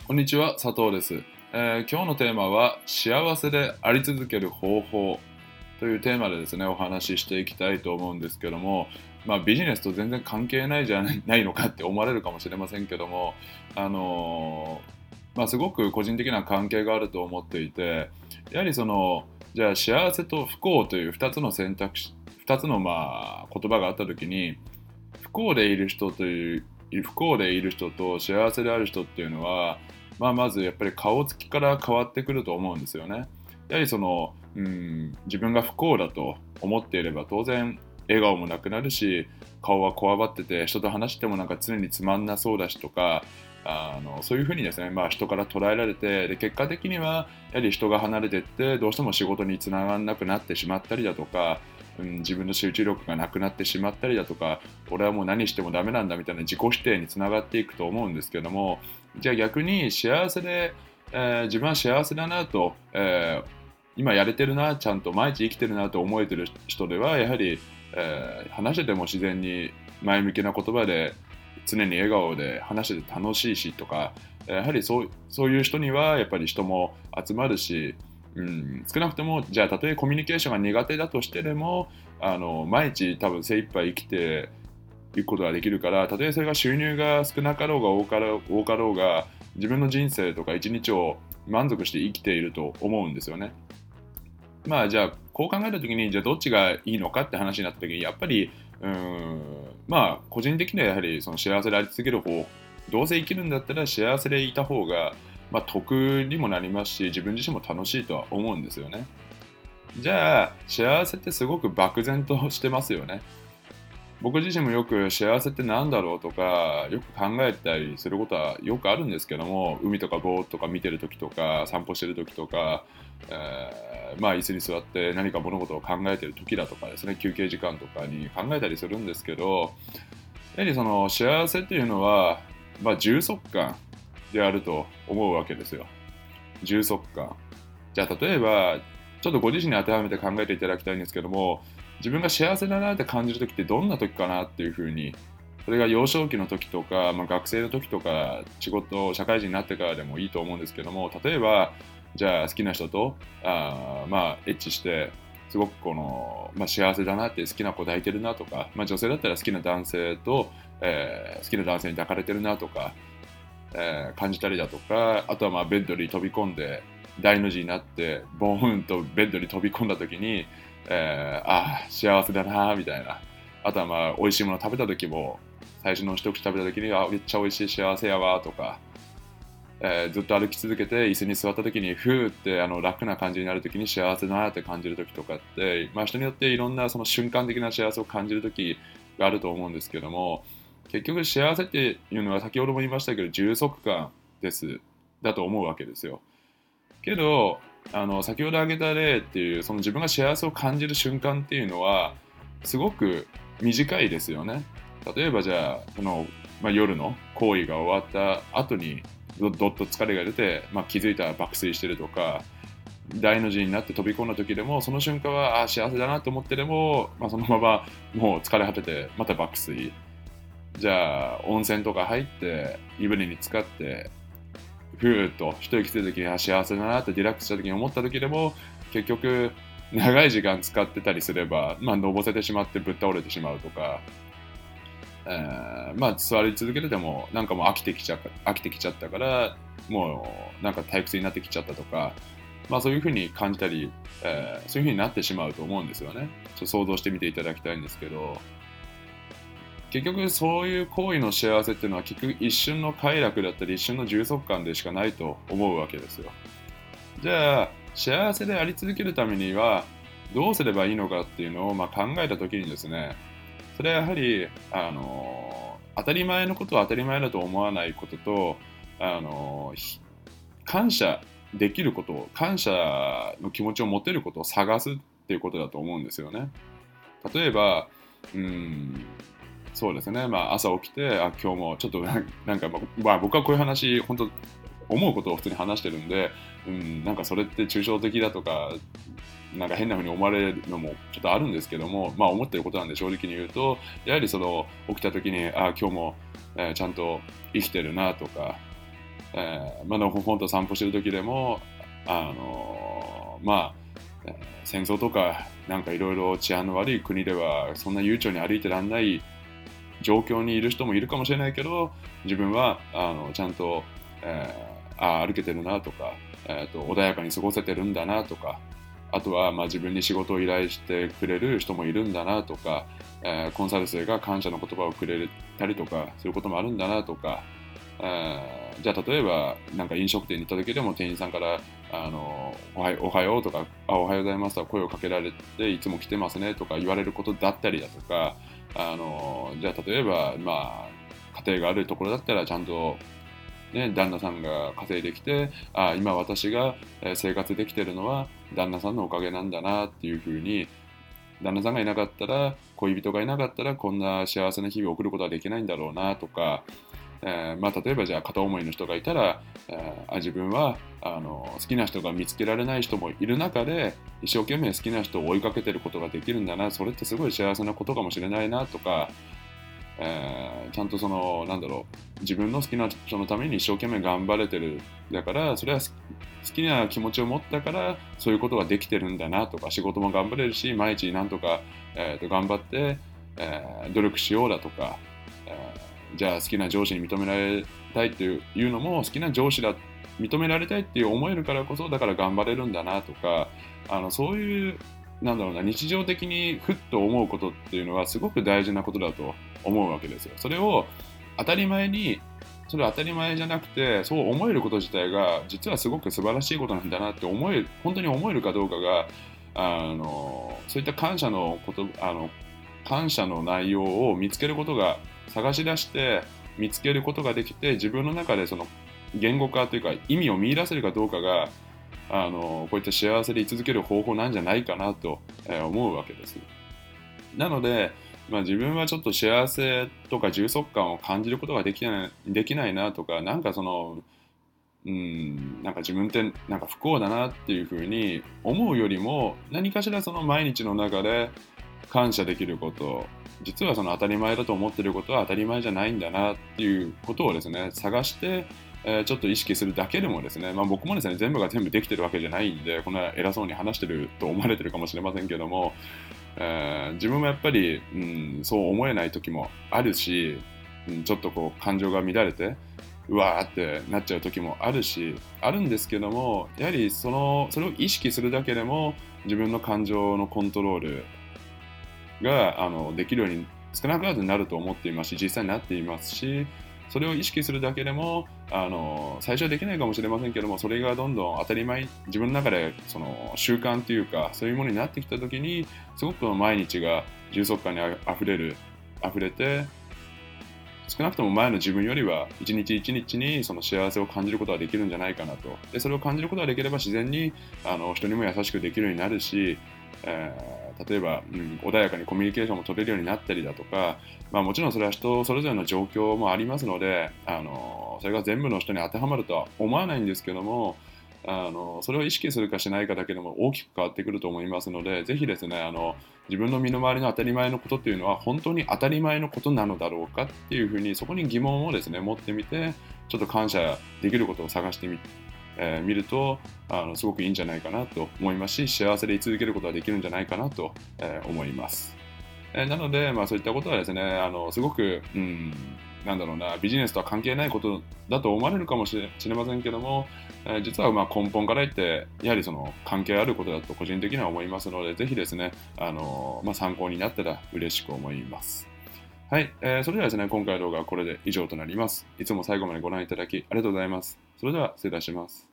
こんにちは、佐藤です。今日のテーマは幸せであり続ける方法というテーマでですね、お話ししていきたいと思うんですけども、ビジネスと全然関係ないじゃないのかって思われるかもしれませんけども、すごく個人的な関係があると思っていて、やはりじゃあ幸せと不幸という2つの選択肢、2つの言葉があったときに、不幸でいる人と幸せである人っていうのは、まずやっぱり顔つきから変わってくると思うんですよね。やはり自分が不幸だと思っていれば当然笑顔もなくなるし、顔はこわばってて人と話してもなんか常につまんなそうだしとか、そういうふうにですね、人から捉えられて、で結果的にはやはり人が離れていってどうしても仕事につながらなくなってしまったりだとか、自分の集中力がなくなってしまったりだとか、俺はもう何してもダメなんだみたいな自己否定につながっていくと思うんですけども、じゃあ逆に幸せで、自分は幸せだなと、今やれてるな、ちゃんと毎日生きてるなと思えてる人では、やはり、話してても自然に前向きな言葉で常に笑顔で話してて楽しいしとか、やはりそういう人にはやっぱり人も集まるし、少なくともじゃあたとえコミュニケーションが苦手だとしてでも毎日多分精一杯生きていくことができるから、たとえそれが収入が少なかろうが多かろうが自分の人生とか一日を満足して生きていると思うんですよね。じゃあこう考えた時にじゃあどっちがいいのかって話になった時にやっぱり個人的にはやはりその幸せであり続ける方、どうせ生きるんだったら幸せでいた方が得にもなりますし、自分自身も楽しいとは思うんですよね。じゃあ幸せってすごく漠然としてますよね。僕自身もよく幸せって何だろうとかよく考えたりすることはよくあるんですけども、海とかぼーっとか見てる時とか散歩してる時とか、椅子に座って何か物事を考えてる時だとかですね、休憩時間とかに考えたりするんですけど、やはりその幸せっていうのは、充足感であると思うわけですよ。充足感。じゃあ例えばちょっとご自身に当てはめて考えていただきたいんですけども、自分が幸せだなって感じる時ってどんな時かなっていうふうに、それが幼少期の時とか、学生の時とか社会人になってからでもいいと思うんですけども、例えばじゃあ好きな人とエッチしてすごく幸せだなって好きな子抱いてるなとか、女性だったら好きな男性と、好きな男性に抱かれてるなとか、感じたりだとか、あとはベッドに飛び込んで大の字になってボーンとベッドに飛び込んだ時に、幸せだなみたいな。あとは美味しいもの食べた時も最初の一口食べた時にめっちゃ美味しい幸せやわとか、ずっと歩き続けて椅子に座った時にふーって楽な感じになる時に幸せだなって感じる時とかって、人によっていろんなその瞬間的な幸せを感じる時があると思うんですけども、結局幸せっていうのは先ほども言いましたけど充足感だと思うわけですよ。けど先ほど挙げた例っていうその自分が幸せを感じる瞬間っていうのはすごく短いですよね。例えばじゃあ夜の行為が終わった後にどっと疲れが出て、気づいたら爆睡してるとか、大の字になって飛び込んだ時でもその瞬間は幸せだなと思ってでも、そのままもう疲れ果ててまた爆睡。じゃあ温泉とか入って湯船に浸かってふーっと一息する時に幸せだなってリラックスした時に思った時でも結局長い時間使ってたりすれば、のぼせてしまってぶっ倒れてしまうとか、座り続けててもなんかもう飽きてきちゃったからもうなんか退屈になってきちゃったとか、そういうふうに感じたり、そういうふうになってしまうと思うんですよね。ちょっと想像してみていただきたいんですけど、結局そういう行為の幸せっていうのは結局一瞬の快楽だったり一瞬の充足感でしかないと思うわけですよ。じゃあ幸せであり続けるためにはどうすればいいのかっていうのを考えた時にですね、それはやはり、当たり前のことは当たり前だと思わないことと、感謝できることを、感謝の気持ちを持てることを探すっていうことだと思うんですよね。例えば、そうですね、朝起きて、今日もちょっとなんか、僕はこういう話、本当思うことを普通に話してるんで、なんかそれって抽象的だとか、なんか変な風に思われるのもちょっとあるんですけども、思ってることなんで正直に言うと、やはり起きた時に、今日も、ちゃんと生きてるなとか、 のほほんと散歩してる時でも、戦争とかなんかいろいろ治安の悪い国ではそんな悠長に歩いてらんない状況にいる人もいるかもしれないけど、自分はちゃんと、歩けてるなとか、穏やかに過ごせてるんだなとか、あとは自分に仕事を依頼してくれる人もいるんだなとか、コンサル生が感謝の言葉をくれたりとかそういうこともあるんだなとか、じゃあ例えばなんか飲食店に行った時でも店員さんからおはようとかおはようございますとか声をかけられていつも来てますねとか言われることだったりだとか、じゃあ例えば家庭があるところだったらちゃんとね、旦那さんが稼いできて、今私が生活できてるのは旦那さんのおかげなんだなっていうふうに、旦那さんがいなかったら、恋人がいなかったらこんな幸せな日々を送ることはできないんだろうなとか、例えばじゃあ片思いの人がいたら、自分は好きな人が見つけられない人もいる中で一生懸命好きな人を追いかけてることができるんだな、それってすごい幸せなことかもしれないなとか、ちゃんと自分の好きな人のために一生懸命頑張れてる、だからそれは好きな気持ちを持ったからそういうことができてるんだなとか、仕事も頑張れるし毎日なんとか、頑張って、努力しようだとか、じゃあ好きな上司に認められたいっていうのも、好きな上司だ認められたいっていう思えるからこそだから頑張れるんだなとか、そういう日常的にふっと思うことっていうのはすごく大事なことだと思うわけですよ。それを当たり前に、それは当たり前じゃなくて、そう思えること自体が実はすごく素晴らしいことなんだなって本当に思えるかどうかが、そういった感謝の感謝の内容を見つけることが、探し出して見つけることができて、自分の中でその言語化というか意味を見出せるかどうかが、こういった幸せで居続ける方法なんじゃないかなと思うわけです。なので、自分はちょっと幸せとか充足感を感じることができないなとか、なんか自分ってなんか不幸だなっていうふうに思うよりも、何かしらその毎日の中で感謝できること、実はその当たり前だと思っていることは当たり前じゃないんだなっていうことをですね、探して、ちょっと意識するだけでもですね、僕もですね、全部が全部できてるわけじゃないんで、こんな偉そうに話してると思われてるかもしれませんけども、自分もやっぱり、そう思えない時もあるし、ちょっとこう感情が乱れてうわーってなっちゃう時もあるんですけども、やはりそれを意識するだけでも自分の感情のコントロールができるように少なからずなると思っていますし、実際になっていますし、それを意識するだけでも最初はできないかもしれませんけども、それがどんどん当たり前、自分の中でその習慣というかそういうものになってきたときに、すごく毎日が充足感にあふれて、少なくとも前の自分よりは一日一日にその幸せを感じることができるんじゃないかなと。でそれを感じることができれば自然に人にも優しくできるようになるし、例えば、穏やかにコミュニケーションも取れるようになったりだとか、もちろんそれは人それぞれの状況もありますので、それが全部の人に当てはまるとは思わないんですけども、それを意識するかしないかだけでも大きく変わってくると思いますので、ぜひですね、自分の身の回りの当たり前のことっていうのは本当に当たり前のことなのだろうかっていうふうに、そこに疑問をですね持ってみて、ちょっと感謝できることを探して見るとすごくいいんじゃないかなと思いますし、幸せで居続けることができるんじゃないかなと思います。なので、そういったことはですね、すごく、ビジネスとは関係ないことだと思われるかもしれませんけども、実は根本から言って、やはりその関係あることだと個人的には思いますので、ぜひですね、参考になったら嬉しく思います。はい、それではですね、今回の動画はこれで以上となります。いつも最後までご覧いただきありがとうございます。それでは失礼いたします。